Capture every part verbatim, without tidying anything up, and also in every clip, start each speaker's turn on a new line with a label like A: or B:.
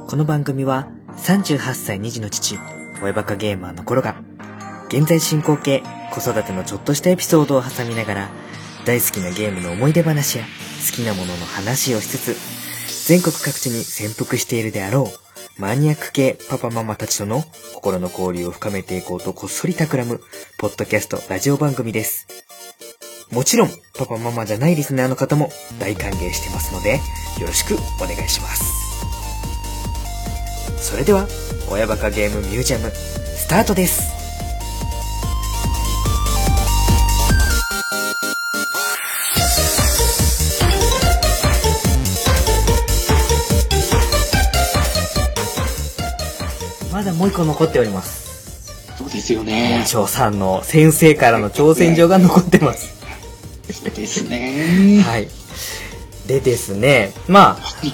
A: この番組はさんじゅうはっさいに児の父、親バカゲーマーの頃が、現在進行形、子育てのちょっとしたエピソードを挟みながら、大好きなゲームの思い出話や好きなものの話をしつつ、全国各地に潜伏しているであろう、マニアック系パパママたちとの心の交流を深めていこうとこっそり企む、ポッドキャストラジオ番組です。もちろん、パパママじゃないリスナーの方も大歓迎してますので、よろしくお願いします。それでは、親バカゲームミュージアム、スタートです。まだもう一個残っております。
B: そうですよね。
A: 長さんの先生からの挑戦状が残ってます。
B: そうですね。
A: はい。でですね、まあ、はい、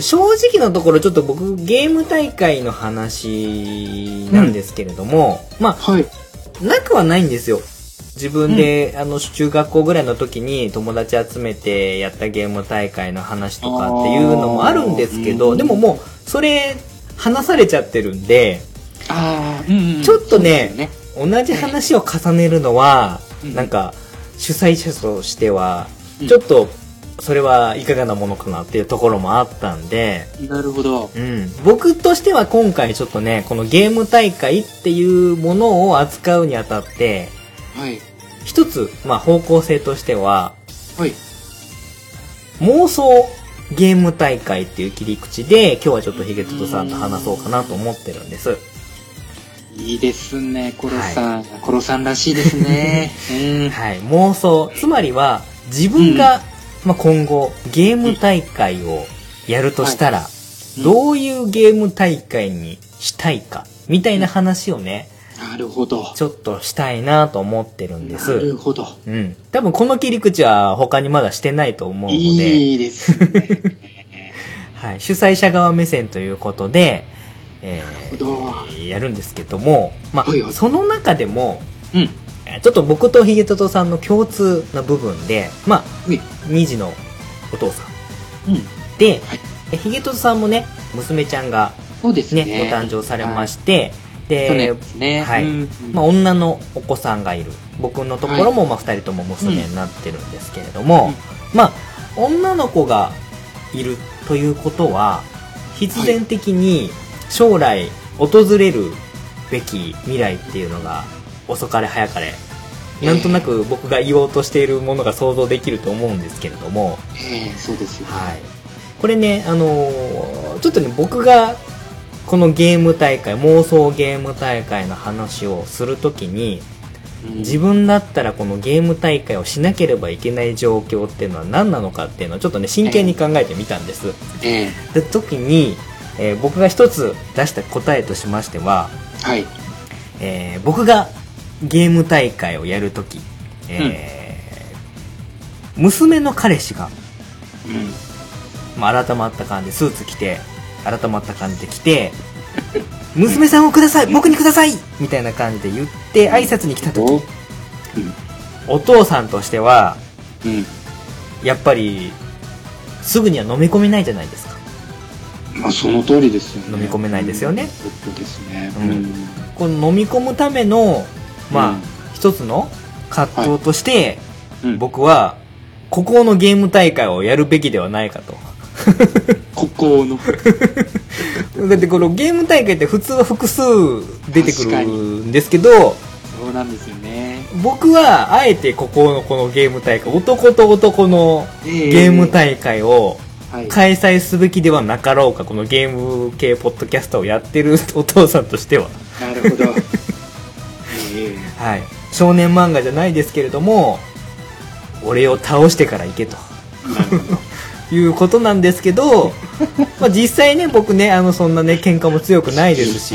A: 正直なところちょっと僕ゲーム大会の話なんですけれども、うん、まあ、はい、なくはないんですよ。自分で、うん、あの中学校ぐらいの時に友達集めてやったゲーム大会の話とかっていうのもあるんですけど、うん、でももうそれ話されちゃってるんで、あ、うんうん、ちょっと ね, ね同じ話を重ねるのは、うん、なんか主催者としてはちょっとそれはいかがなものかなっていうところもあったんで、
B: なるほど、
A: うん、僕としては今回ちょっとねこのゲーム大会っていうものを扱うにあたって、はい、一つ、まあ、方向性としては、はい、妄想ゲーム大会っていう切り口で今日はちょっとヒゲトトさんと話そうかなと思ってるんです。
B: いいですね、コロさん、はい、コロさんらしいですね、
A: うん、はい、妄想、つまりは自分が、うん、まあ、今後ゲーム大会をやるとしたら、うん、どういうゲーム大会にしたいかみたいな話をね、
B: うん、なるほど、
A: ちょっとしたいなと思ってるんです。
B: なるほど、
A: うん、多分この切り口は他にまだしてないと思うので、
B: いいですね
A: はい、主催者側目線ということで、えー、やるんですけども、まあ、はいはい、その中でも、うん、ちょっと僕とヒゲトトさんの共通な部分で、まあ、に児のお父さん、うん、で、はい、ヒゲトトさんもね娘ちゃんが、ね、そうですね、ご誕生されまして、はい、で、ね、はい、うん、まあ、女のお子さんがいる僕のところも、はい、まあ、ふたりとも娘になってるんですけれども、うん、まあ女の子がいるということは必然的に将来訪れるべき未来っていうのが遅かれ早かれなんとなく僕が言おうとしているものが想像できると思うんですけれども、
B: えー、そうですよ、ね、
A: はい、これね、あのー、ちょっとね僕がこのゲーム大会妄想ゲーム大会の話をするときに、うん、自分だったらこのゲーム大会をしなければいけない状況っていうのは何なのかっていうのをちょっとね真剣に考えてみたんです、えー、で時に、えー、僕が一つ出した答えとしましては、はい、えー、僕がゲーム大会をやるとき、えーうん、娘の彼氏が、うん、まあ、改まった感じでスーツ着て改まった感じで来て娘さんをください、僕にくださいみたいな感じで言って挨拶に来たとき、うん、お父さんとしては、うん、やっぱりすぐには飲み込めないじゃないですか。
B: まあその通りですよね。
A: 飲み込めないですよね。
B: そうですね、
A: うん、この飲み込むためのまあ、うん、一つの葛藤として、はい、うん、僕は孤高のゲーム大会をやるべきではないかと
B: 孤高の
A: だってこのゲーム大会って普通は複数出てくるんですけど、
B: そうなんですよね。
A: 僕はあえて孤高のこのゲーム大会、男と男のゲーム大会を開催すべきではなかろうか、このゲーム系ポッドキャストをやってるお父さんとしては。
B: なるほど
A: はい、少年漫画じゃないですけれども俺を倒してから行けということなんですけど、まあ、実際ね僕ねあのそんなね喧嘩も強くないですし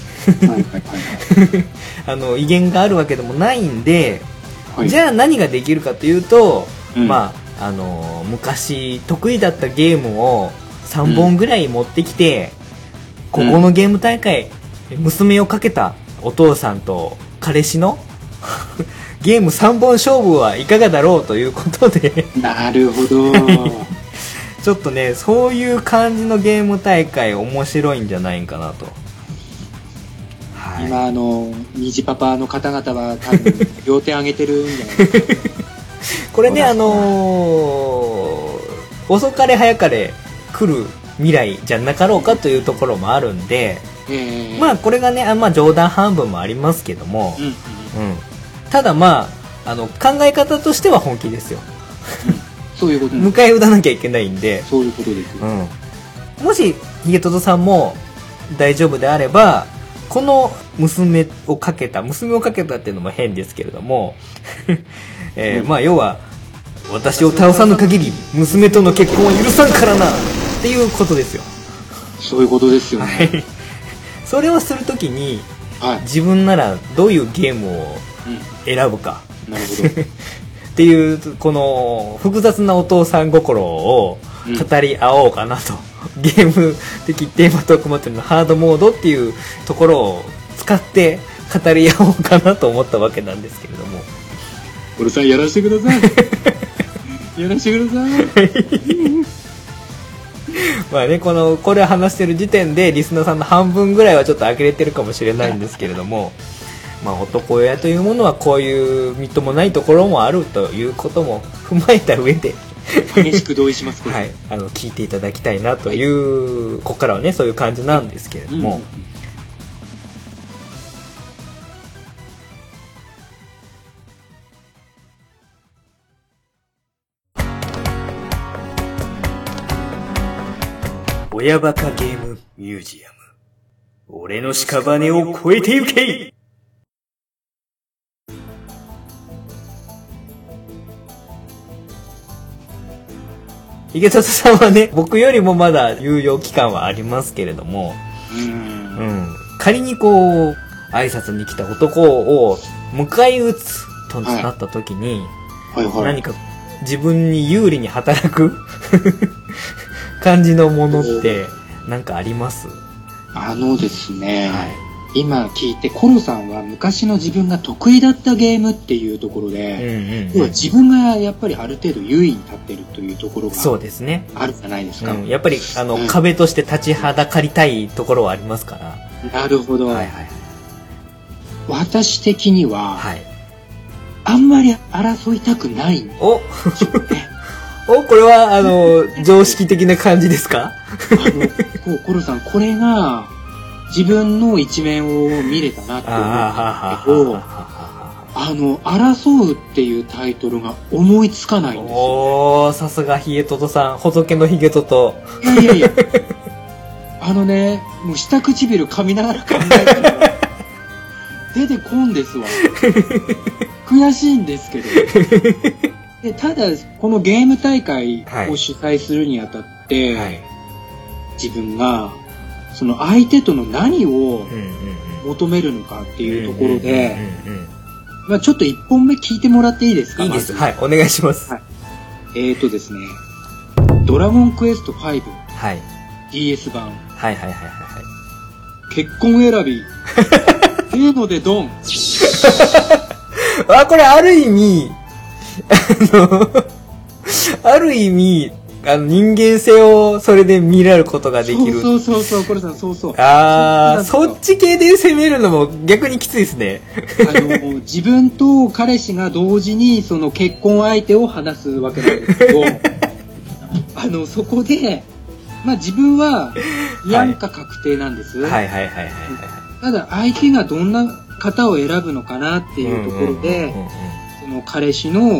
A: あの威厳があるわけでもないんで、はい、じゃあ何ができるかというと、うん、まああの昔得意だったゲームをさんぼんぐらい持ってきて、うん、ここのゲーム大会娘をかけたお父さんと彼氏のゲームさんぼん勝負はいかがだろうということで
B: なるほど
A: ちょっとねそういう感じのゲーム大会面白いんじゃないかなと、
B: はい、今あの虹パパの方々は多分両手上げてるんじゃないですか
A: これねあのー、遅かれ早かれ来る未来じゃなかろうかというところもあるんで、えー、まあこれがねあ、まあ、冗談半分もありますけども、うんうんうん、ただまあ、あの考え方としては本気ですよ、
B: うん、そういうこと
A: 迎え撃たなきゃいけないんで、
B: そういうことですよ、
A: うん、もしヒゲトドさんも大丈夫であればこの娘をかけた娘をかけたっていうのも変ですけれども、えーうん、まあ要は私を倒さぬ限り娘との結婚は許さんからなっていうことですよ。
B: そういうことですよね、はい、
A: それをするときに、はい、自分ならどういうゲームを選ぶか、
B: うん、なるほど
A: っていうこの複雑なお父さん心を語り合おうかなと、うん、ゲーム的テーマトークモデルのハードモードっていうところを使って語り合おうかなと思ったわけなんですけれども、
B: 俺さんやらせてくださいやらせてください
A: まあねこのこれ話してる時点でリスナーさんの半分ぐらいはちょっと呆れてるかもしれないんですけれどもまあ男親というものはこういうみっともないところもあるということも踏まえた上で
B: 激しく同意します
A: はい、あの聞いていただきたいなという、はい、ここからはねそういう感じなんですけれども、うんうん親バカゲームミュージアム、俺の屍を越えてゆけ。ヒゲトドさんはね僕よりもまだ猶予期間はありますけれども、うん、うん、仮にこう挨拶に来た男を迎え撃つとなった時に、はいはいはい、何か自分に有利に働く感じのものって何かあります？
B: あのですね、はい、今聞いてコロさんは昔の自分が得意だったゲームっていうところで、うんうんうん、自分がやっぱりある程度優位に立ってるというところが
A: そうですね
B: あるじゃないですか、
A: うん、やっぱりあの、うん、壁として立ちはだかりたいところはありますから。
B: なるほど、はいはい、私的には、はい、あんまり争いたくないんですよね
A: おこれはあの常識的な感じですか？あ
B: のこうコロさんこれが自分の一面を見れたなって思うんですけど、あの争うっていうタイトルが思いつかないんですよ、ね、
A: おーさすがヒゲトドさん、仏のヒゲトド。
B: いやいやいやあのねもう下唇噛みながら考えたら出てこんですわ悔しいんですけどでただこのゲーム大会を主催するにあたって、はいはい、自分がその相手との何を求めるのかっていうところで、まあちょっといっぽんめ聞いてもらっていいですか？
A: いいです、はい、お願いします、はい、
B: えーとですねドラゴンクエストファイブ、はい、ディーエス 版、
A: はいはいはいはいはい、
B: 結婚選びせーのでドン
A: あこれある意味あのある意味あの人間性をそれで見られることができる。
B: そうそうそうそうこれさそうそう
A: ああそっち系で攻めるのも逆にきついですね。
B: あの自分と彼氏が同時にその結婚相手を話すわけなんですけどあのそこでまあ自分はビアンカ確定なんです、
A: はい、はいはいはいはい、はい、
B: ただ相手がどんな方を選ぶのかなっていうところでその彼氏の、うん、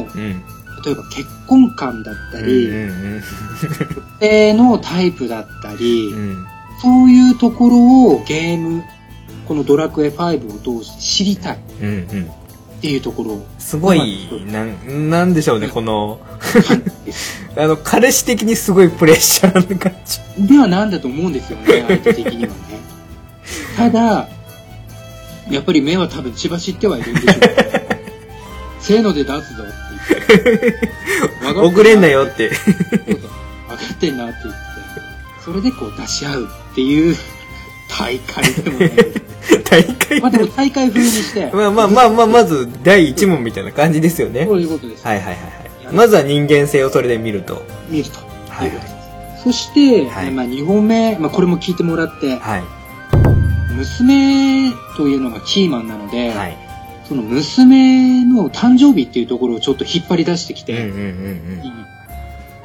B: 例えば結婚観だったり、うんうんうん、女性のタイプだったり、うん、そういうところをゲームこのドラクエファイブを通して知りたいっていうところ、うんうん、
A: すごいな ん, なんでしょうねこのあの彼氏的にすごいプレッシャーな感じ
B: ではなんだと思うんですよね相手的にはねただやっぱり目は多分血走ってはいるんでしょうせーので出すぞって言って
A: 遅れんなよって
B: 分かってんなって言ってそれでこう出し合うっていう大会でもない
A: 大会
B: まあでも大会風にして
A: まあまあまあまあまずだいいち問みたいな感じですよね。
B: そういうことです、
A: はいはいはいはい。まずは人間性をそれで見ると
B: 見ると
A: はいはい
B: そして、
A: はい、
B: まあ、にほんめ、まあ、これも聞いてもらって、
A: はい、
B: 娘というのがキーマンなので、
A: はい、
B: その娘の誕生日っていうところをちょっと引っ張り出してきて、うんうんうんうん、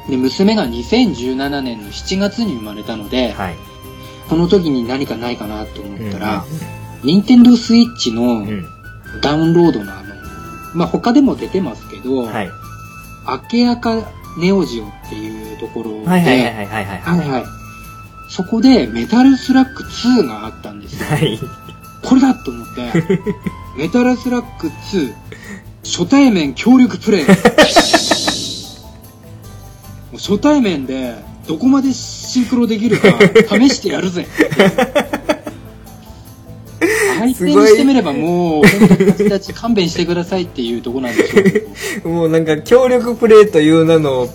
B: で娘がにせんじゅうななねんのしちがつに生まれたので、はい、この時に何かないかなと思ったら、任天堂スイッチのダウンロードのあの、まあ、他でも出てますけど、はい、明けやかネオジオっていうところで、はいはいはいはいはいはい、そこでメタルスラックツーがあったんですよ。はい、これだと思って、メタルスラックツー初対面協力プレイ。もう初対面でどこまでシンクロできるか試してやるぜ。相手にしてみればもう私たち勘弁してくださいっていうところなんでしょうけど。
A: もうなんか協力プレイという名の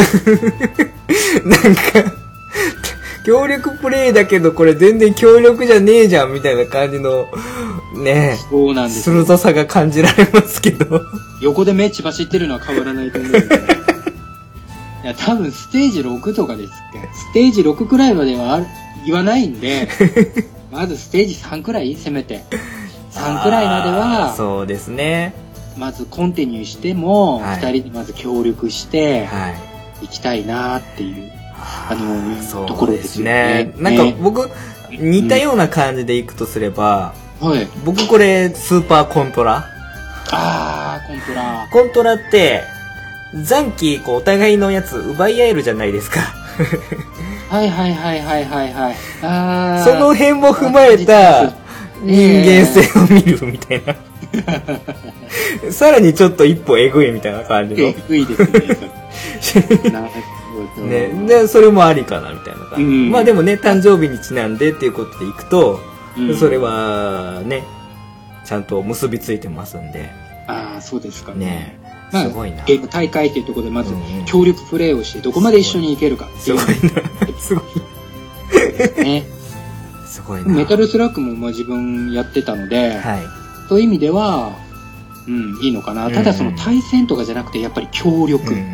A: なんか協力プレイだけどこれ全然協力じゃねえじゃんみたいな感じのね、
B: そうなんですよ。
A: 鋭さが感じられますけど、
B: 横で目血走ってるのは変わらないと思うんですね。いや多分ステージろくとかですっけ。ステージろくくらいまでは言わないんでまずステージさんくらいせめてさんくらいまでは
A: そうですね、
B: まずコンティニューしても、はい、ふたりでまず協力していきたいなっていう、はい、あのところですよね。
A: なんか僕、ね、似たような感じでいくとすれば、
B: うん、はい、僕
A: これスーパーコントラ、
B: あーコントラ
A: コントラって残機こうお互いのやつ奪い合えるじゃないですか。
B: はいはいはいはいはいはい。あ
A: その辺も踏まえた人間性を見るみたいな、えー、さらにちょっと一歩えぐいみたいな感じの。
B: えぐいですね。なるほど
A: ね。でそれもありかなみたいな感じ、うん、まあでもね誕生日にちなんでっていうことでいくと、うん、それはねちゃんと結びついてますんで。
B: ああそうですかね。
A: ねまあ、すごいな。
B: ゲーム大会というところでまず協力プレイをしてどこまで一緒に行けるかっていう。
A: すごいな。すごい。
B: ね。
A: すごいな。
B: メタルスラックもまあ自分やってたので、はい、そういう意味では、うん、いいのかな。ただその対戦とかじゃなくてやっぱり協力。うん。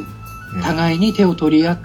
B: 互いに手を取り合って、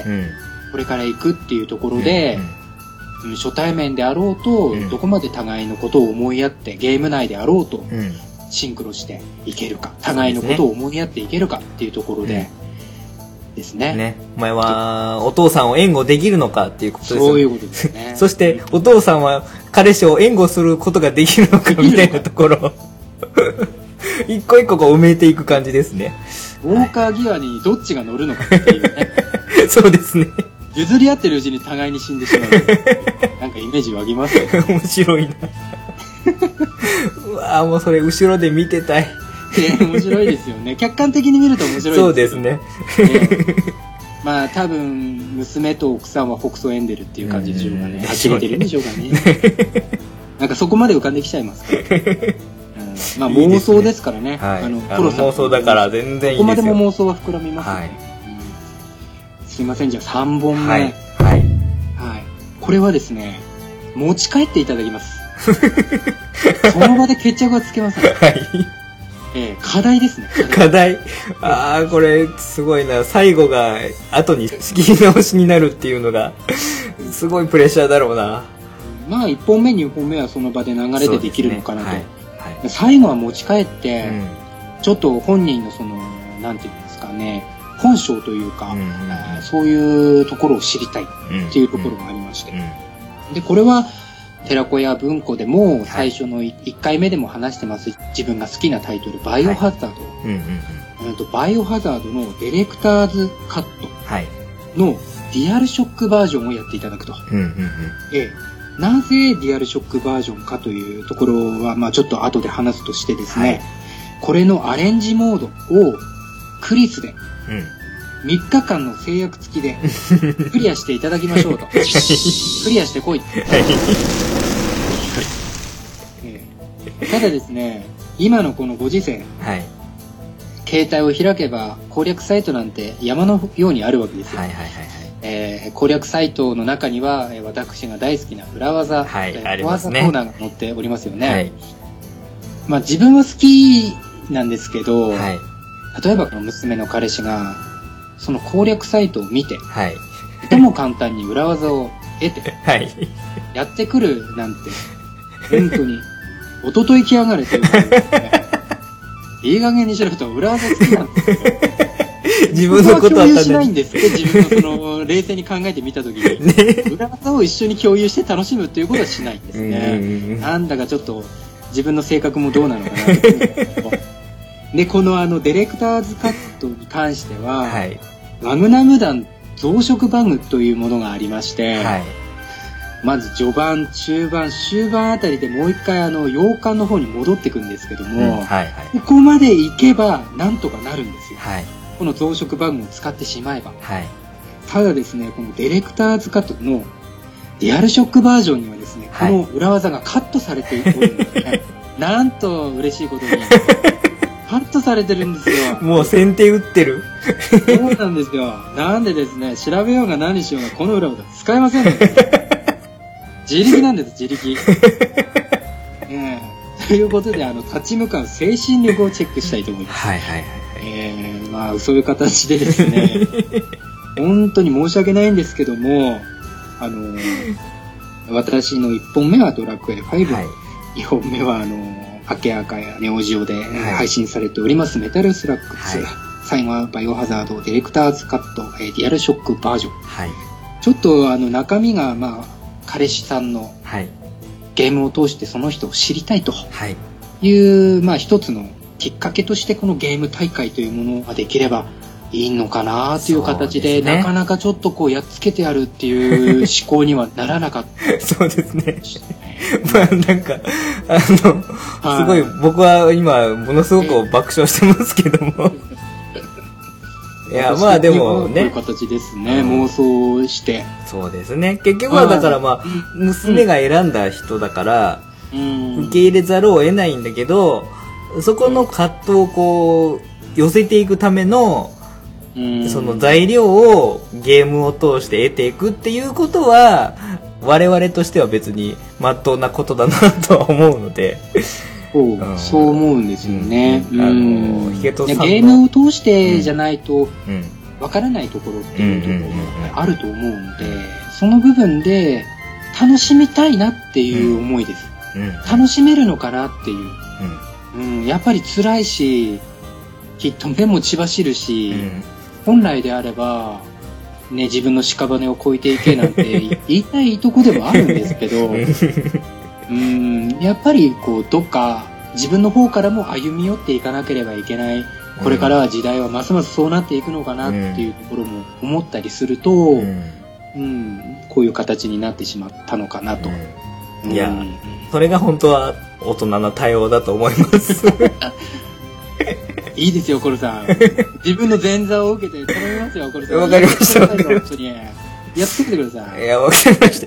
B: うん、これから行くっていうところで、うんうん、初対面であろうと、うん、どこまで互いのことを思いやってゲーム内であろうと、うんシンクロしていけるか、互いのことを思いやっていけるかっていうところでですね。
A: ね、お前はお父さんを援護できるのかっていうことですよね。
B: そういうことですね。
A: そしてお父さんは彼氏を援護することができるのかみたいなところ一個一個こう埋めていく感じですね。
B: ウォーカーギアにどっちが乗るのかっていうね。
A: そうですね。
B: 譲り合ってるうちに互いに死んでしまう。なんかイメージ湧きますよね。
A: 面白いな。うわーもうそれ後ろで見てたい。
B: 面白いですよね。客観的に見ると面白いですよ。
A: そうですね。ね
B: まあ多分娘と奥さんは北総エンデルっていう感じでしょうかね。呆れてるんでしょうかね。なんかそこまで浮かんできちゃいますから、ねうん、まあ妄想ですからね。いいですね、はい、あのプロさん
A: 妄想だから全然いいですよ。
B: ここまでも妄想は膨らみますね、はいうん。すいませんじゃあさんぼんめ。はい。はい。はい、これはですね持ち帰っていただきます。その場で決着はつけません。はい。えー、課題ですね。
A: 課題。ああ、これすごいな。最後が後に仕切り直しになるっていうのがすごいプレッシャーだろうな。
B: まあいっぽんめにほんめはその場で流れでできるのかなと。ねはいはい、最後は持ち帰って、うん、ちょっと本人のそのなんていうんですかね、本性というか、うんうんそういうところを知りたいっていうところがありまして、うんうん、でこれは寺子屋文庫でも最初のいっかいめでも話してます、はい、自分が好きなタイトルバイオハザード、はいうんうんうん、とバイオハザードのディレクターズカットのディアルショックバージョンをやっていただくと、うんうんうんええ、なぜディアルショックバージョンかというところは、まあ、ちょっと後で話すとしてですね、はい、これのアレンジモードをクリスで、うんみっかかんの制約付きでクリアしていただきましょうと。クリアしてこい。えー、ただですね、今のこのご時世、はい、携帯を開けば攻略サイトなんて山のようにあるわけですよ。はいはいはいはいえー、攻略サイトの中には私が大好きな裏技、はい、裏技コーナーが載っておりますよね。はい、まあ自分は好きなんですけど、はい、例えばこの娘の彼氏がその攻略サイトを見て、
A: はい。
B: とも簡単に裏技を得て、
A: はい。
B: やってくるなんて、本当に、おととい来やがれということですね。いい加減にしろと裏技好きなんですよ。
A: 自分のことは
B: 共有しないんですって、自分のその、冷静に考えてみたときに、ね、裏技を一緒に共有して楽しむっていうことはしないんですね。なんだかちょっと、自分の性格もどうなのかなと思うんですけど。で、このあの、ディレクターズカットに関しては、はい、マグナム弾増殖バグというものがありまして、はい、まず序盤、中盤、終盤あたりでもう一回あの、洋館の方に戻っていくんですけども、うんはいはい、ここまで行けばなんとかなるんですよ。はい、この増殖バグを使ってしまえば。はい、ただですね、このディレクターズカットのディアルショックバージョンにはですね、この裏技がカットされているんですね。はい、なんと嬉しいことに。カットされてるんですよ。
A: もう先手打ってる。
B: そうなんですよ。なんでですね、調べようが何しようがこの裏技使えませんね。自力なんです、自力。えー、ということで、あの、立ち向かう精神力をチェックしたいと思います。はいはいはい。えー、まあ、そういう形でですね、本当に申し訳ないんですけども、あのー、私のいっぽんめはドラクエファイブ、はい、にほんめはあのー、明け赤やネオジオで配信されております、はい、メタルスラックス、はい、最後はバイオハザードディレクターズカット、えー、ディアルショックバージョン、はい、ちょっとあの中身がまあ彼氏さんのゲームを通してその人を知りたいという、はい、まあ一つのきっかけとしてこのゲーム大会というものができればいいのかなという形 で, で、ね、なかなかちょっとこうやっつけてやるっていう思考にはならなかった
A: そうですねまあなんかあのすごい僕は今ものすごく爆笑してますけどもいやまあでもね
B: こういう形ですね、うん、妄想して
A: そうですね結局はだからまあ娘が選んだ人だから受け入れざるを得ないんだけどそこの葛藤をこう寄せていくためのその材料をゲームを通して得ていくっていうことは我々としては別に真っ当なことだなとは思うので
B: そう、うん、そう思うんですよね、うん、あのヒゲトさんのゲームを通してじゃないとわからないところっていうところがあると思うのでその部分で楽しみたいなっていう思いです、うんうん、楽しめるのかなっていう、うんうん、やっぱり辛いしきっと目も血走るし、うん本来であれば、ね、自分の屍を越えていけなんて言いたいとこではあるんですけど、うん、やっぱりこうどっか自分の方からも歩み寄っていかなければいけない。これからは時代はますますそうなっていくのかなっていうところも思ったりすると、うんうん、こういう形になってしまったのかなと。
A: うん、いや、それが本当は大人な対応だと思います。
B: いいですよ、コルさん。自分の前座を受けて頼みますよ、コルさん。
A: わかりました。本当
B: に。やっつけてください。
A: いや、わかりました。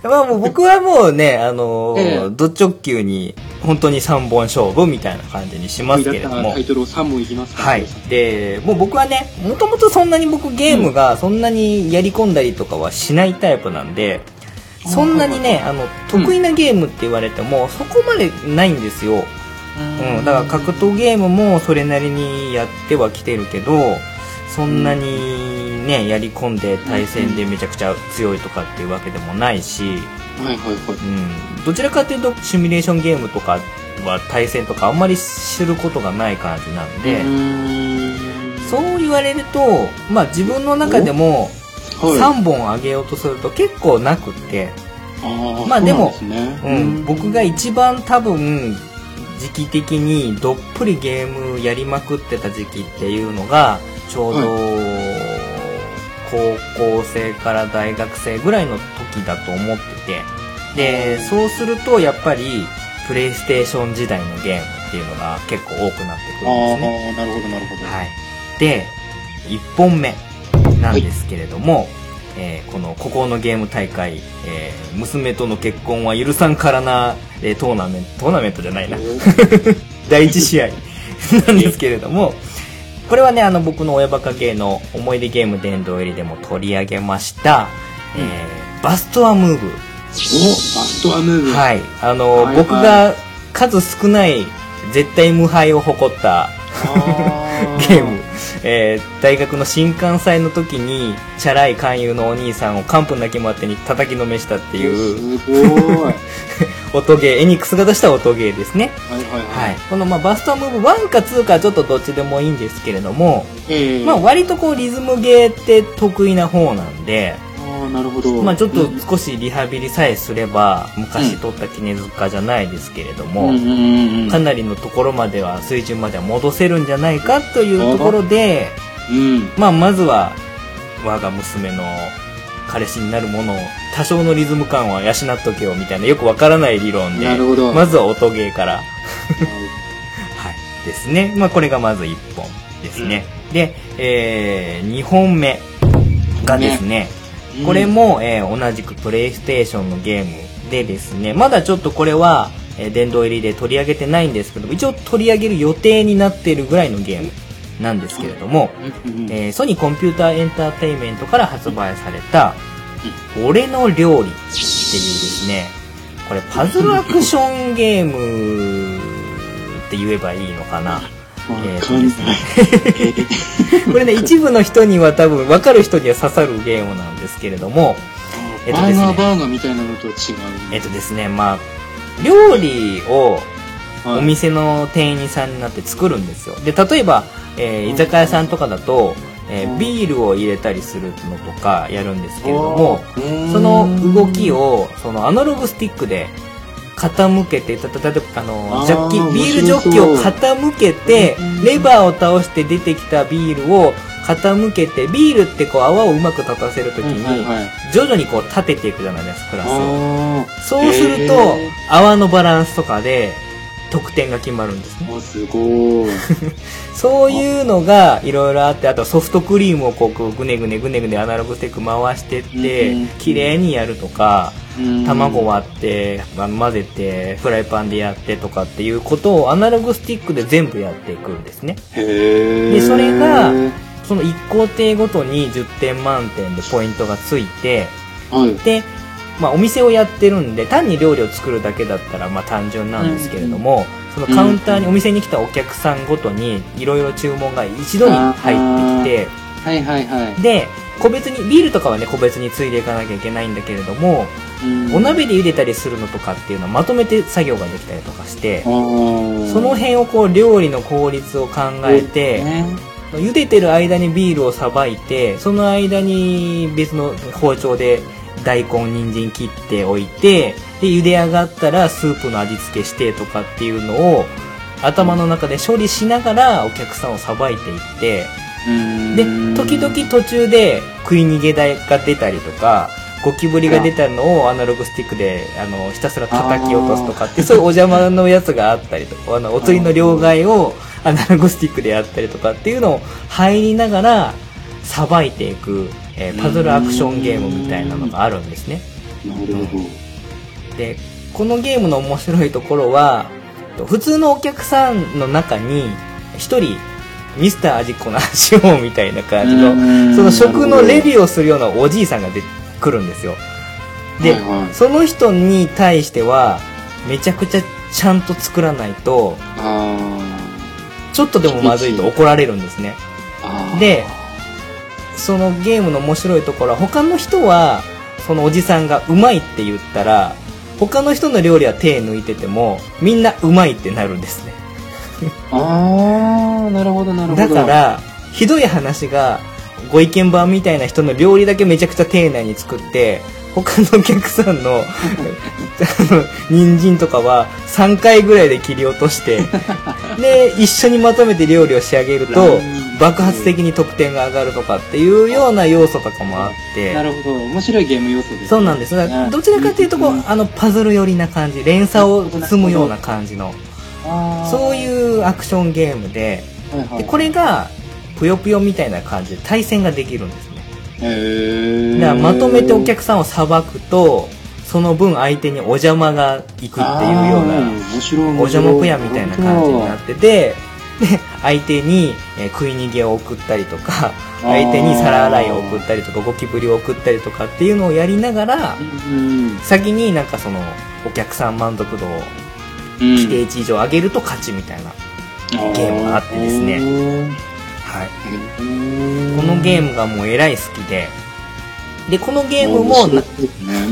A: まあもう僕はもうね、あのーええ、ド直球に本当にさんぼん勝負みたいな感じにしますけれども。
B: タイトルをさんぼんいきますか。
A: はい。で、もう僕はね、もともとそんなに僕ゲームがそんなにやり込んだりとかはしないタイプなんで、うん、そんなにね、あの、得意なゲームって言われても、そこまでないんですよ。うん、だから格闘ゲームもそれなりにやってはきてるけどそんなにねやり込んで対戦でめちゃくちゃ強いとかっていうわけでもないし、はいはいはいうん、どちらかというとシミュレーションゲームとかは対戦とかあんまり知ることがない感じなんでそう言われるとまあ自分の中でもさんぼんあげようとすると結構なくってあまあでもで、ねうん、僕が一番多分時期的にどっぷりゲームやりまくってた時期っていうのがちょうど高校生から大学生ぐらいの時だと思っててでそうするとやっぱりプレイステーション時代のゲームっていうのが結構多くなってくるんですね。
B: ああなるほどなるほど、
A: はい、でいっぽんめなんですけれども、はいえー、この孤高のゲーム大会、えー、娘との結婚は許さんからな、えー、トーナメントトーナメントじゃないなだいいち試合なんですけれどもこれはねあの僕の親バカゲーの思い出ゲーム殿堂入りでも取り上げました、うんえー、バストアムーブおバ
B: ストアムーブ
A: はいあの、はいはい、僕が数少ない絶対無敗を誇ったゲーム、えー、大学の新歓祭の時にチャラい勧誘のお兄さんを完膚なきまってに叩きのめしたっていう
B: すごい
A: 音ゲー、エニックスが出した音ゲーですね。
B: はいはいはい、
A: はい、このまあバストムーブワンかツーかちょっとどっちでもいいんですけれども、
B: えー、
A: まあ割とこうリズムゲーって得意な方なんで、
B: あ、なるほど、
A: まあちょっと少しリハビリさえすれば、うん、昔取った杵塚じゃないですけれども、うんうんうんうん、かなりのところまでは水準までは戻せるんじゃないかというところで、うん、まあまずは我が娘の彼氏になるものを多少のリズム感は養っとけよみたいなよくわからない理論で、まずは音ゲーからはいですね。まあこれがまずいっぽんですね、うん、で、えー、にほんめがですね、ね、これも、えー、同じくプレイステーションのゲームでですね、まだちょっとこれは、えー、殿堂入りで取り上げてないんですけど、一応取り上げる予定になっているぐらいのゲームなんですけれども、えー、ソニーコンピューターエンターテインメントから発売された「俺の料理」っていうですね、これパズルアクションゲームって言えばいいのかな。えーとですね、これね一部の人には多分分かる人には刺さるゲームなんですけれども、
B: えっとですね、バーガーバーガーみたいなのと違う。
A: えっとですね、まあ料理をお店の店員さんになって作るんですよ。で例えば、えー、居酒屋さんとかだと、えー、ビールを入れたりするのとかやるんですけれども、その動きをそのアナログスティックで傾けて、たたたあのジャッキビールジョッキを傾けてレバーを倒して出てきたビールを傾けて、ビールってこう泡をうまく立たせるときに徐々にこう立てていくじゃないですか、クラスを。そうすると泡のバランスとかで得点が決まるんですね。
B: あ、すごい
A: そういうのがいろいろあって、あとソフトクリームをこうグネグネグネグネアナログスティック回してって綺麗にやるとか、卵割って混ぜてフライパンでやってとかっていうことをアナログスティックで全部やっていくんですね。
B: へー。
A: でそれがそのいち工程ごとにじゅってん満点でポイントがついて、はい、でまあ、お店をやってるんで単に料理を作るだけだったらまあ単純なんですけれども、うん、そのカウンターにお店に来たお客さんごとにいろいろ注文が一度に入ってきて、
B: はいはいはい、
A: で個別にビールとかはね個別についでいかなきゃいけないんだけれども、うん、お鍋で茹でたりするのとかっていうのはまとめて作業ができたりとかして、その辺をこう料理の効率を考えて、うん、茹でてる間にビールをさばいて、その間に別の包丁で大根人参切っておいて、で茹で上がったらスープの味付けしてとかっていうのを頭の中で処理しながらお客さんをさばいていって、で時々途中で食い逃げ台が出たりとかゴキブリが出たのをアナログスティックであのひたすら叩き落とすとかって、そういうお邪魔のやつがあったりとか、あのお釣りの両替をアナログスティックでやったりとかっていうのを入りながらさばいていく、えー、パズルアクションゲームみたいなのがあるんですね。
B: なるほど。
A: でこのゲームの面白いところは、普通のお客さんの中に一人ミスター味っ子の足をみたいな感じのその食のレビューをするようなおじいさんが出てくるんですよ。で、はいはい、その人に対してはめちゃくちゃちゃんと作らないとちょっとでもまずいと怒られるんですね。でそのゲームの面白いところは、他の人はそのおじさんがうまいって言ったら他の人の料理は手抜いててもみんなうまいってなるんですね。
B: あー、なるほどなるほど。
A: だからひどい話がご意見番みたいな人の料理だけめちゃくちゃ丁寧に作って他のお客さんの人参とかはさんかいぐらいで切り落としてで一緒にまとめて料理を仕上げると爆発的に得点が上がるとかっていうような要素とかもあって、
B: なるほど、面白いゲーム要素ですね。
A: そうなんです。どちらかというとこう、あのパズル寄りな感じ、連鎖を積むような感じのそういうアクションゲーム で,、はいはい、でこれがぷよぷよみたいな感じで対戦ができるんですね。
B: へー。
A: だからまとめてお客さんをさばくとその分相手にお邪魔がいくっていうようなお邪魔ぽやみたいな感じになってて、で相手に、えー、食い逃げを送ったりとか相手に皿洗いを送ったりとかゴキブリを送ったりとかっていうのをやりながら、うん、先になんかそのお客さん満足度を規定値以上上げると勝ちみたいなゲームがあってですね、はい、このゲームがもうえらい好きで、でこのゲームも、ね、うん、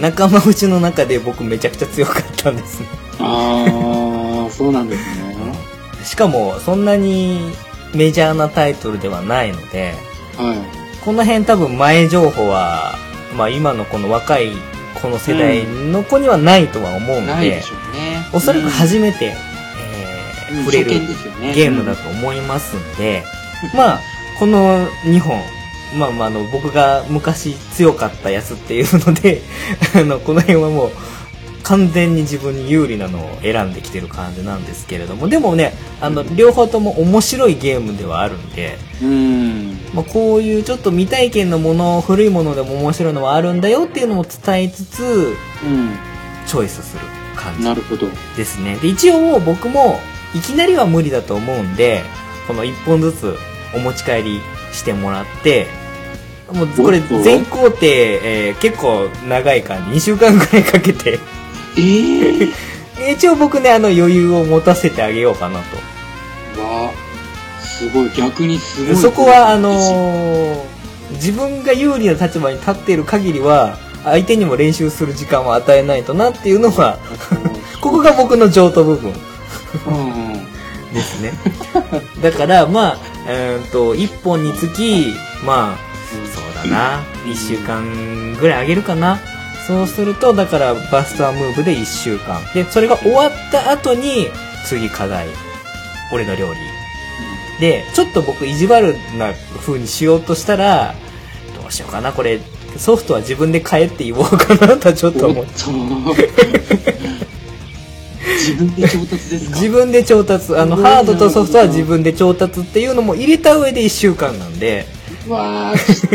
A: 仲間内の中で僕めちゃくちゃ強かったんですね。
B: ああ、そうなんですね。
A: しかもそんなにメジャーなタイトルではないので、はい、この辺多分前情報は、まあ、今のこの若いこの世代の子にはないとは思うので、うん、ないでしょうね、おそらく初めて、うん、えー、触れるゲームだと思いますんで、うん、まあこのにほん、まあまあ、あの僕が昔強かったやつっていうのであのこの辺はもう完全に自分に有利なのを選んできてる感じなんですけれども、でもね、あの両方とも面白いゲームではあるんで、うん、まあ、こういうちょっと未体験のもの、古いものでも面白いのはあるんだよっていうのも伝えつつ、うん、チョイスする感じですね。で一応僕もいきなりは無理だと思うんで、このいっぽんずつお持ち帰りしてもらって、もうこれ全工程、えー、結構長い感じ、にしゅうかんぐらいかけてえー、一応僕ね、あの余裕を持たせてあげようかなと。
B: わあ、すごい、逆にすごい。
A: そこはあのー、自分が有利な立場に立っている限りは相手にも練習する時間を与えないとなっていうのがここが僕の上等部分ですね。だからまあ、えー、といっぽんにつきまあそうだな、いっしゅうかんぐらいあげるかな。そうするとだからバスタームーブでいっしゅうかんで、それが終わった後に次課題、俺の料理で、ちょっと僕意地悪な風にしようとしたら、どうしようかな、これソフトは自分で買えって言おうかなとちょっと思って
B: 自分で調達ですか？
A: 自分で調達、あのハードとソフトは自分で調達っていうのも入れた上でいっしゅうかんなんで、
B: わーきつ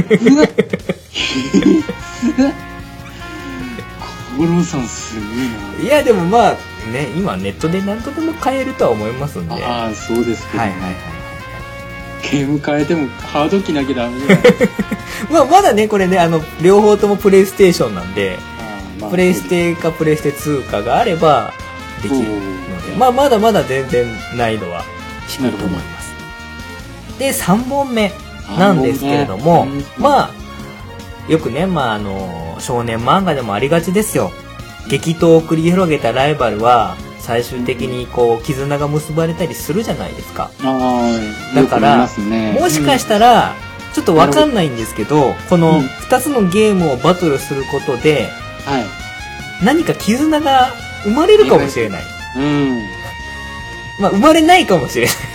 B: 五郎さんすごいな。
A: いやでもまあね、今ネットで何とでも買えるとは思いますんで。
B: ああ、そうですけど、ね、
A: はいはいはいはい。
B: ゲーム変えてもハード機なきゃダメじゃない
A: まあまだね、これね、あの両方ともプレイステーションなんで、あ、まあ、プレイステかプレイステツーかがあればできるので、まあまだまだ全然難易度は低いと思います。でさんぼんめなんですけれども、まあよくね、まああの少年漫画でもありがちですよ。激闘を繰り広げたライバルは最終的にこう絆が結ばれたりするじゃないですか。
B: あ、
A: だから、ね、もしかしたら、うん、ちょっと分かんないんですけど、このふたつのゲームをバトルすることで、はい、何か絆が生まれるかもしれない。うん、まあ生まれないかもしれない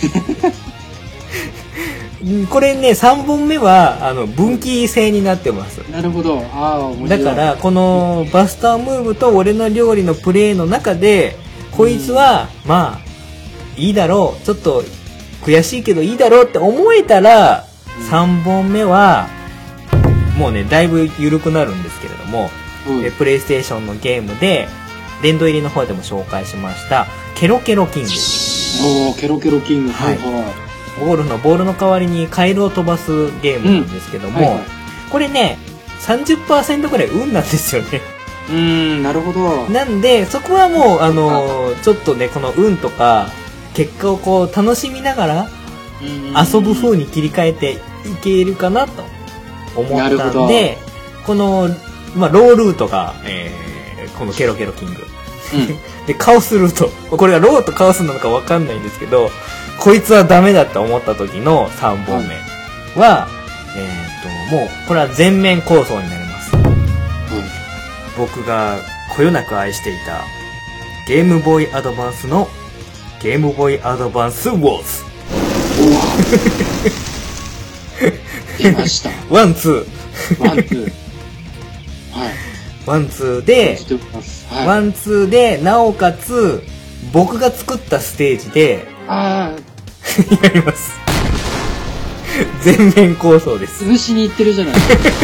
A: これね、さんぼんめはあの分岐制になってます。
B: なるほど。あ、面
A: 白い。だからこのバスタームーブと俺の料理のプレイの中で、こいつはまあいいだろう、ちょっと悔しいけどいいだろうって思えたら、うん、さんぼんめはもうねだいぶ緩くなるんですけれども、うん、プレイステーションのゲームで殿堂入りの方でも紹介しましたケロケロキング。
B: おー、ケロケロキング、はいはい。
A: ゴルフのボールの代わりにカエルを飛ばすゲームなんですけども、うん、はいはい、これね さんじゅっパーセント ぐらい運なんですよね。
B: うーん、なるほど。
A: なんでそこはもうあのー、ちょっとねこの運とか結果をこう楽しみながら遊ぶ風に切り替えていけるかなと思ったんで、この、まあ、ロールートが、えー、このケロケロキング、うん、でカオスルート、これがローとカオスなのか分かんないんですけど、こいつはダメだって思った時のさんぼんめは、うん、えー、ともうこれは全面構想になります、うん、僕がこよなく愛していたゲームボーイアドバンスのゲームボーイアドバンスウォーズ。
B: 出ました。
A: ワンツ
B: ーワンツー、はい、
A: ワンツーで、はい、ワンツーでなおかつ僕が作ったステージで
B: あ
A: やります。全面構想です。
B: 潰しに行ってるじゃない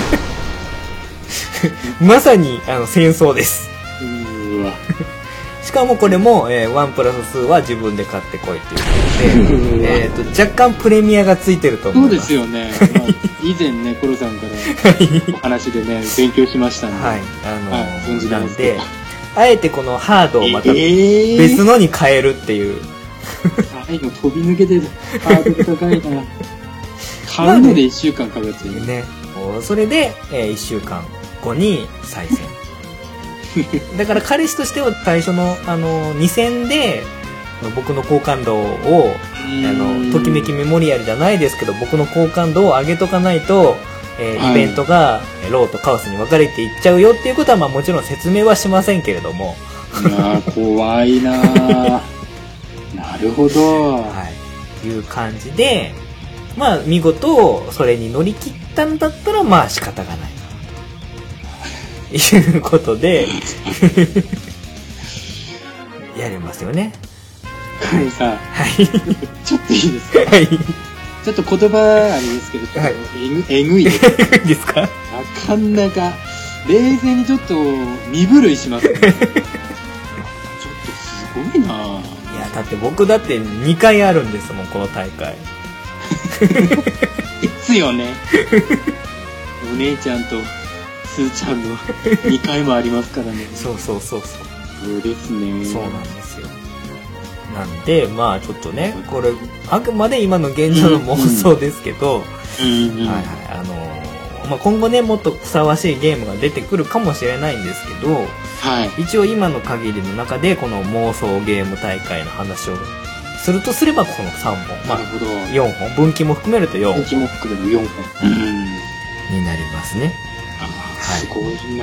A: まさにあの戦争です。
B: うーわ
A: しかもこれも、えー、ワンプラスツーは自分で買ってこいっていうことで、えーと若干プレミアがついてると思います。
B: そうですよね、まあ、以前ねコロさんからお話でね勉強しましたんで、はい、あのー、はい、存じなんで、
A: あえてこのハードをまた別のに変えるっていう、え
B: 最後飛び抜けてる。ハードル高いな。買うのでいっしゅうかんかかっちゃう
A: ね。それで、えー、いっしゅうかんごに再戦。だから彼氏としては最初の、あのに戦で僕の好感度をあのときめきメモリアルじゃないですけど僕の好感度を上げとかないと、えーはい、イベントがローとカオスに分かれていっちゃうよっていうことは、まあ、もちろん説明はしませんけれども。
B: いや怖いななるほど、
A: はい、いう感じで、まあ見事それに乗り切ったんだったらまあ仕方がないということでやりますよね。
B: これさ、
A: はい、
B: ちょっといいですか。
A: はい、
B: ちょっと言葉あれですけど、はい、えぐえぐいです
A: ですか。な
B: かなか冷静にちょっと身震いしますね。ちょっとすごいな。い
A: やだって僕だってにかいあるんですもんこの大会。
B: ですよね。お姉ちゃんとすーちゃんのにかいもありますからね。
A: そうそうそうそう。
B: そうですね。
A: そうなんですよ。なんでまあちょっとねこれあくまで今の現状の妄想ですけど、はいはいあのーまあ、今後ねもっとふさわしいゲームが出てくるかもしれないんですけど、
B: はい、
A: 一応今の限りの中でこの妄想ゲーム大会の話をするとすればこのさんぼん、まあ、よんほん分岐も含めるとよんほん
B: 分岐も含めるよんほん、うん、
A: になりますね。
B: あ、すごいな。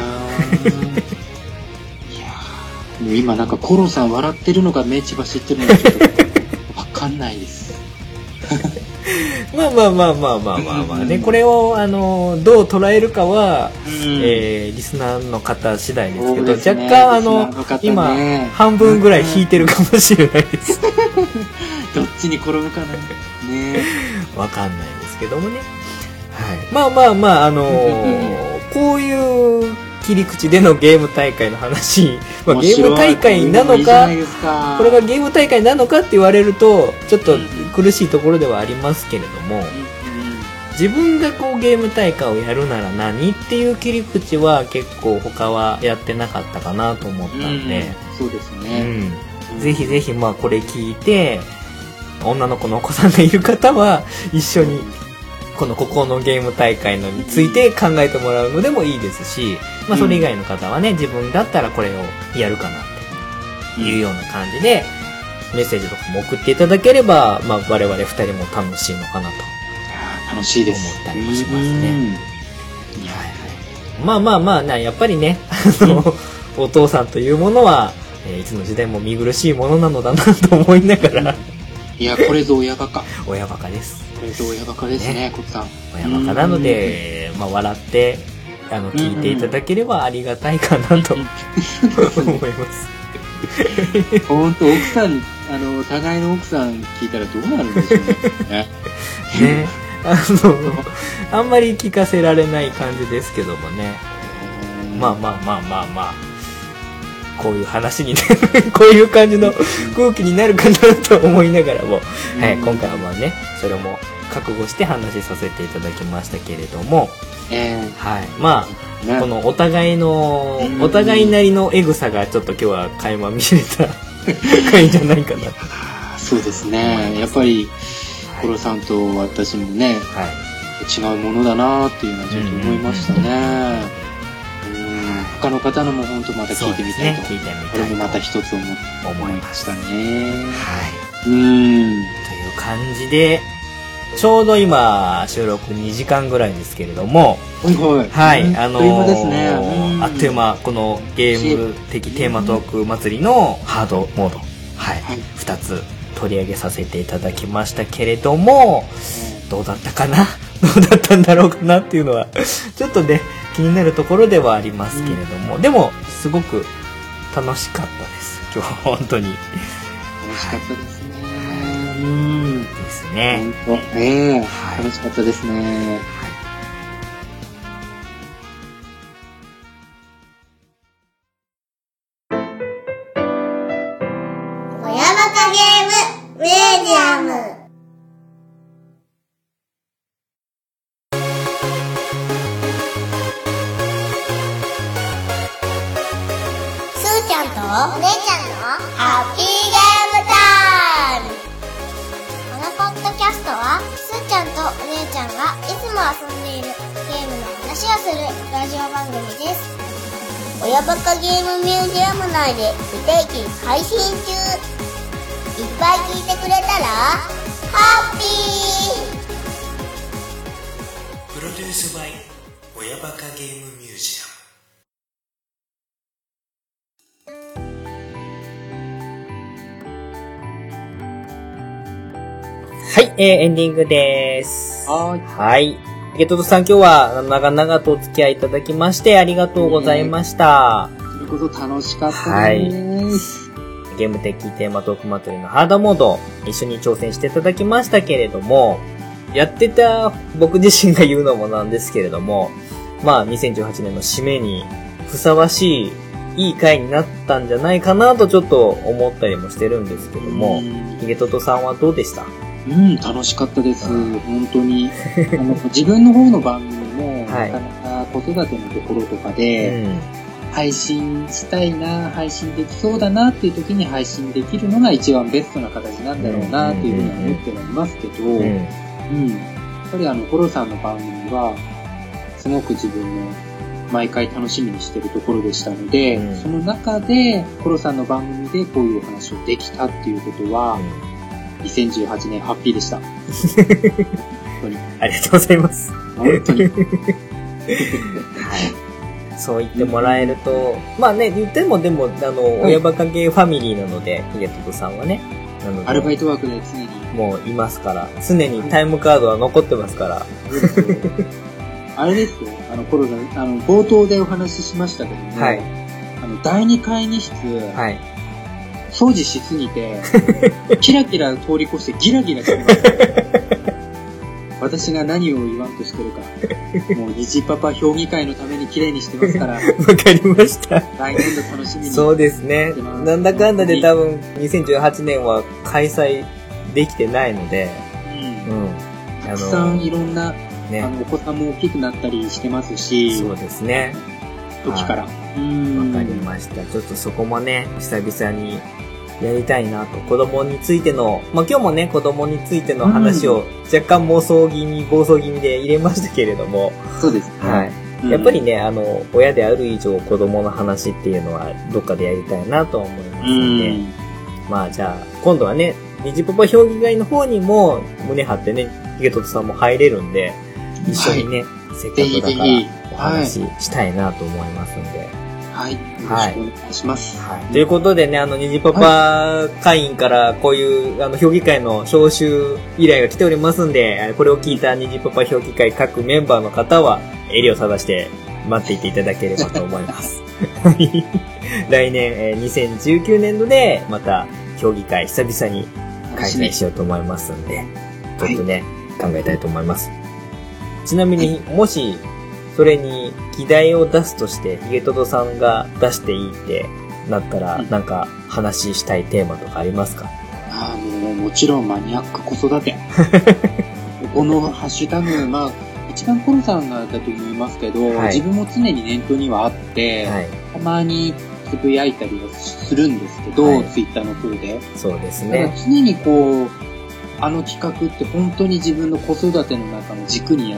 B: もう今なんかコロさん笑ってるのか目血走ってるのかちょっと分かんないです。
A: まあまあまあまあまあまあまあね、これをあのどう捉えるかは、うんえー、リスナーの方次第ですけど、ね、若干あの、ね、今半分ぐらい引いてるかもしれないです。
B: どっちに転ぶかなね。
A: わかんないですけどもね。はい。まあまあまああのー、こういう切り口でのゲーム大会の話、まあ、ゲーム大会なのか、いいこれがゲーム大会なのかって言われるとちょっと苦しいところではありますけれども、うん、自分がこうゲーム大会をやるなら何っていう切り口は結構他はやってなかったかなと思ったんで、
B: うん、そうですね、
A: うん、ぜひぜひまあこれ聞いて女の子のお子さんがいる方は一緒にこのここのゲーム大会のについて考えてもらうのでもいいですし、まあ、それ以外の方はね自分だったらこれをやるかなっていうような感じでメッセージとかも送っていただければ、まあ、我々ふたりも楽しいのかなと
B: 楽しいです
A: 思ったりもしますね。はいはい、まあまあまあなやっぱりねあのお父さんというものは、えー、いつの時代も見苦しいものなのだなと思いながら
B: いやこれぞ親バカ
A: 親バカです。
B: これぞ親バカですね、コツさん。
A: 親バカなので、まあ、笑ってあの聞いていただければありがたいかなと思います。
B: 本当奥さんあの互いの奥さん聞いたらどうなるんでしょうね。
A: ねあのあんまり聞かせられない感じですけどもね。まあまあまあまあまあこういう話にねこういう感じの空気になるかなと思いながらも、はい、今回はまあねそれも覚悟して話させていただきましたけれども、
B: えー、
A: はい、まあ、ね、このお互いのお互いなりのエグさがちょっと今日は垣間見れた回じゃないかな。
B: そうですね。やっぱりコロさんと私もね、はい、違うものだなっていうのはちょっと思いましたね。他の方のも本当また聞いてみたいと、ね、聞いてみたいこれもまた一つ思いましたね。
A: はい。
B: うん。という
A: 感じでちょうど今収録にじかんぐらいですけれども、
B: はい、
A: はい、あのー、
B: あっという間ですね。
A: あっという間このゲーム的テーマトーク祭りのハードモード、はい、はい、ふたつ取り上げさせていただきましたけれども、どうだったかな、どうだったんだろうかなっていうのはちょっとね気になるところではありますけれども、うん、でもすごく楽しかったです今日本当に。
B: 楽しかったですね。
A: はい、うんですね。
B: 本当、えーはい、楽しかったですね。はい、
C: 親バカゲームミュージアム。お姉ちゃんのハッピーゲームタイム。 ゃんがいつも遊んでいるゲームの話をするラジオ番組です。親バカゲームミュージアム内で不定期配信中。いっぱい聞いてくれたらハッピー。
A: プロデュースバイ親バカゲームミュージアム。はい、えー、エンディングでーす。
B: はーい。
A: はい。ゲトトさん、今日は長々とお付き合いいただきましてありがとうございました。
B: それこそ楽しかったです。
A: はい。ゲーム的テーマトーク祭りのハードモード、一緒に挑戦していただきましたけれども、やってた僕自身が言うのもなんですけれども、まあ、にせんじゅうはちねんの締めにふさわしい、いい回になったんじゃないかなとちょっと思ったりもしてるんですけども、ヒゲトトさんはどうでした？
B: うん、楽しかったです。本当に。あの自分の方の番組も、はい、なかなか子育てのところとかで、うん、配信したいな、配信できそうだなっていう時に配信できるのが一番ベストな形なんだろうなっていうふうに思ってはいますけど、うん、うん、やっぱりあの、コロさんの番組は、すごく自分も毎回楽しみにしてるところでしたので、うん、その中で、コロさんの番組でこういうお話をできたっていうことは、うんにせんじゅうはちねんハッピーでした。本当に。
A: ありがとうございます。
B: 本当に。はい。
A: そう言ってもらえると、うん、まあね、言ってもでも、あの、はい、親バカゲーファミリーなので、ヒゲトトさんはね。なので、
B: アルバイトワークで常に。
A: もういますから、常にタイムカードは残ってますから。
B: あれですよ、あの、コロナ、あの、冒頭でお話ししましたけども、はい。あの、だいにかいに室、はい。掃除しすぎて、キラキラ通り越してギラギラしてます。私が何を言わんとしてるか。もう、虹パパ評議会のために綺麗にしてますから。わ
A: かりました。
B: 来年度楽しみに。
A: そうですね。なんだかんだで多分、にせんじゅうはちねんは開催できてないので、うん。うん、
B: たくさんいろんな、ね、あの、お子さんも大きくなったりしてますし。
A: そうですね。
B: 時から。わか
A: りました。ちょっとそこもね、久々に、やりたいなと。子供についての、まあ、今日もね、子供についての話を若干妄想気味、暴走気味で入れましたけれども。
B: そうですね。
A: はい。うん、やっぱりね、あの、親である以上子供の話っていうのはどっかでやりたいなと思いますので。まあじゃあ、今度はね、虹パパ評議会の方にも胸張ってね、ヒゲトトさんも入れるんで、一緒にね、はい、せっかくだからお話ししたいなと思いますんで。
B: はい。よろしくお願いします。
A: はい。ということでね、あの、虹パパ会員からこういう、あの、評議会の招集依頼が来ておりますんで、これを聞いた虹パパ評議会各メンバーの方は、襟を正して待っていていただければと思います。来年、えー、にせんじゅうきゅうねんどで、また、評議会久々に開催しようと思いますんで、ちょっとね、はい、考えたいと思います。ちなみに、はい、もし、それに議題を出すとして、ヒゲトトさんが出していいってなったら、うん、なんか話したいテーマとかありますか？
B: ああ、もうもちろんマニアック子育て。このハッシュタグ、まあ、一番コロさんがだと思いますけど、はい、自分も常に念頭にはあって、はい、たまにつぶやいたりはするんですけど、はい、ツイッターの方で。
A: そうですね。
B: 常にこう、あの企画って本当に自分の子育ての中の軸にあって、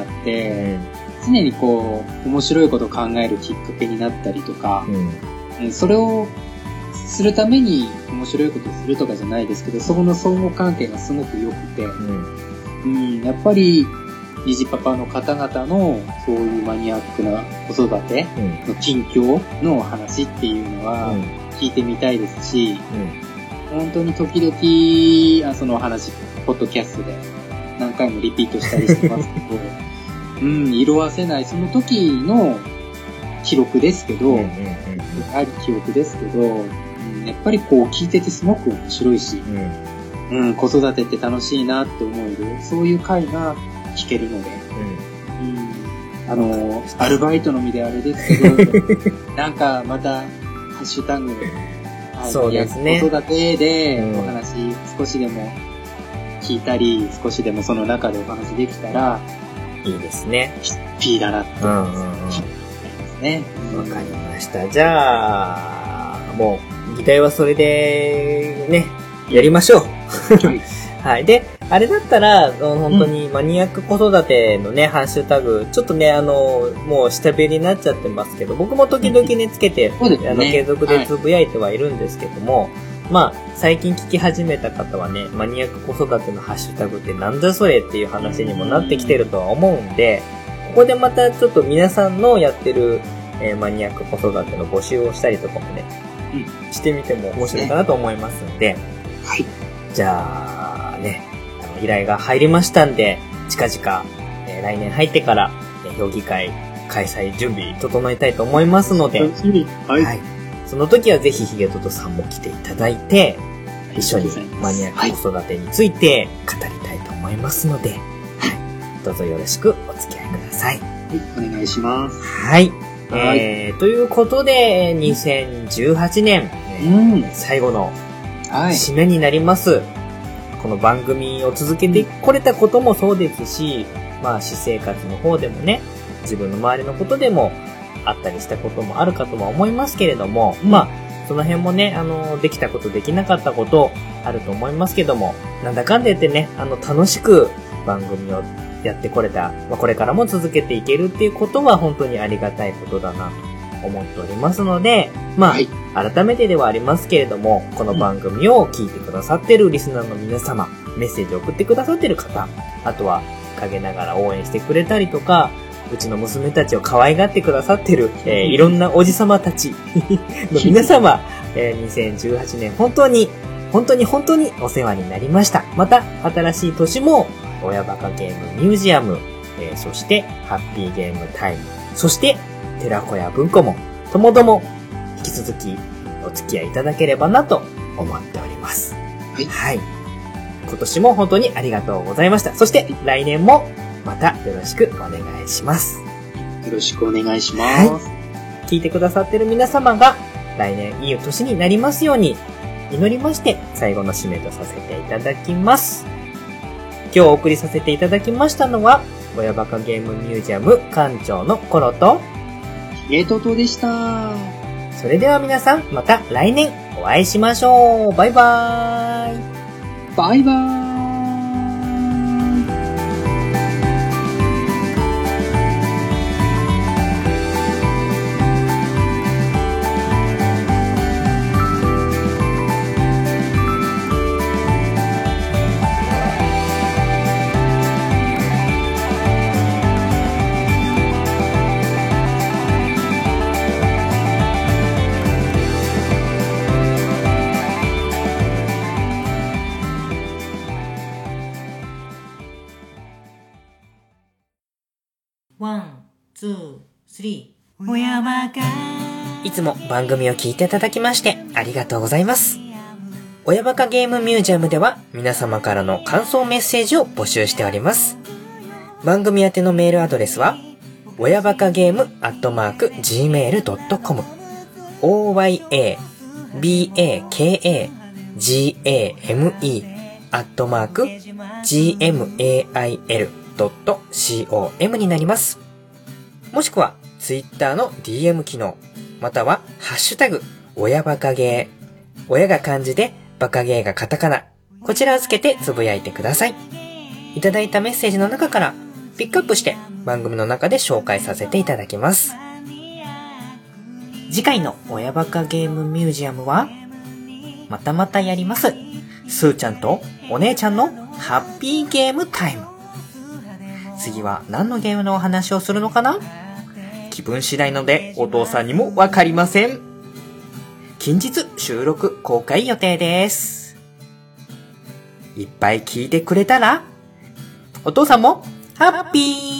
B: うん常にこう、面白いことを考えるきっかけになったりとか、うん、それをするために面白いことをするとかじゃないですけど、そこの相互関係がすごく良くて、うんうん、やっぱり、虹パパの方々のそういうマニアックな子育ての近況の話っていうのは聞いてみたいですし、うん、本当に時々、あその話、ポッドキャストで何回もリピートしたりしてますけど、うん、色褪せない、その時の記録ですけど、うんうんうんうん、やはり記憶ですけど、うん、やっぱりこう聞いててすごく面白いし、うんうん、子育てって楽しいなって思える、そういう回が聞けるので、うんうん、あの、アルバイトの身であれですけど、なんかまた、ハッシュタグ、
A: はい、そうですね。
B: 子育てでお話少しでも聞いたり、少しでもその中でお話できたら、
A: いいですね。
B: ピーだなって思いますね。
A: わかりました。じゃあ、もう、議題はそれで、ね、やりましょう。はい。で、 あれだったら、本当にマニアック子育てのね、うん、ハッシュタグ、ちょっとね、あの、もう下火になっちゃってますけど、僕も時々ね、つけて、うんね、あの、継続でつぶやいてはいるんですけども、はい、まあ、最近聞き始めた方はね、マニアック子育てのハッシュタグってなんだそれっていう話にもなってきてるとは思うんで、ここでまたちょっと皆さんのやってる、えー、マニアック子育ての募集をしたりとかもね、うん、してみても面白いかなと思いますので、
B: はい。
A: じゃあね、依頼が入りましたんで、近々、えー、来年入ってから、えー、評議会開催準備整えたいと思いますので、はい。はい、その時はぜひヒゲトトさんも来ていただいて、一緒にマニアック子育てについて語りたいと思いますので、はい。どうぞよろしくお付き合いください。
B: はい、お願いします。
A: はい。はい、えー、ということで、にせんじゅうはちねん、えーうん、最後の締めになります。はい、この番組を続けてこれたこともそうですし、まあ私生活の方でもね、自分の周りのことでもあったりしたこともあるかとは思いますけれども、うん、まあその辺もね、あの、できたことできなかったことあると思いますけども、なんだかんだ言ってね、あの、楽しく番組をやってこれた、まあこれからも続けていけるっていうことは本当にありがたいことだなと思っておりますので、まあ、はい、改めてではありますけれども、この番組を聞いてくださってるリスナーの皆様、メッセージを送ってくださってる方、あとは陰ながら応援してくれたりとか、うちの娘たちを可愛がってくださってる、えー、いろんなおじさまたちの皆様、えー、にせんじゅうはちねん本当に、本当に本当にお世話になりました。また、新しい年も、親バカゲームミュージアム、えー、そしてハッピーゲームタイム、そして寺子屋文庫もともども引き続きお付き合いいただければなと思っております。はい。はい。今年も本当にありがとうございました。そして来年もまたよろしくお願いします。
B: よろしくお願いします。はい。
A: 聞いてくださってる皆様が来年いいお年になりますように祈りまして最後の締めとさせていただきます。今日お送りさせていただきましたのは親バカゲームミュージアム館長のコロと
B: ヒゲトトでした。
A: それでは皆さんまた来年お会いしましょう。バイバーイ。
B: バイバーイ。
A: ワン、ツー、スリー、親バカ。いつも番組を聞いていただきましてありがとうございます。親バカゲームミュージアムでは皆様からの感想メッセージを募集しております。番組宛てのメールアドレスは親バカゲームアットマーク ジーメールドットコム オーワイエービーエーケーエージーエーエムイー アットマーク ジーエムエーアイエルドットコム になります。もしくはツイッターの ディーエム 機能、またはハッシュタグ親バカゲー、親が漢字でバカゲーがカタカナ、こちらをつけてつぶやいてください。いただいたメッセージの中からピックアップして番組の中で紹介させていただきます。次回の親バカゲームミュージアムはまたまたやります。スーちゃんとお姉ちゃんのハッピーゲームタイム。次は何のゲームのお話をするのかな？気分次第のでお父さんにもわかりません。近日収録公開予定です。いっぱい聞いてくれたらお父さんもハッピー